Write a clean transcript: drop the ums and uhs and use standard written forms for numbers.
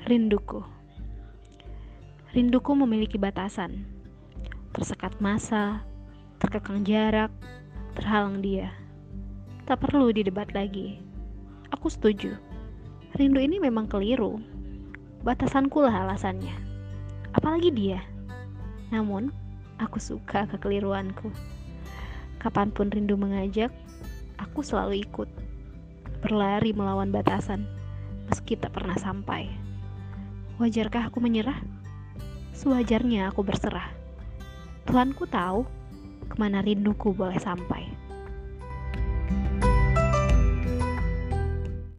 Rinduku. Rinduku memiliki batasan. Tersekat masa, terkekang jarak, terhalang dia. Tak perlu didebat lagi. Aku setuju. Rindu ini memang keliru. Batasanku lah alasannya. Apalagi dia. Namun, aku suka kekeliruanku. Kapanpun rindu mengajak, aku selalu ikut. Berlari melawan batasan, meski tak pernah sampai. Wajarkah aku menyerah? Sewajarnya aku berserah. Tuhanku tahu kemana rinduku boleh sampai.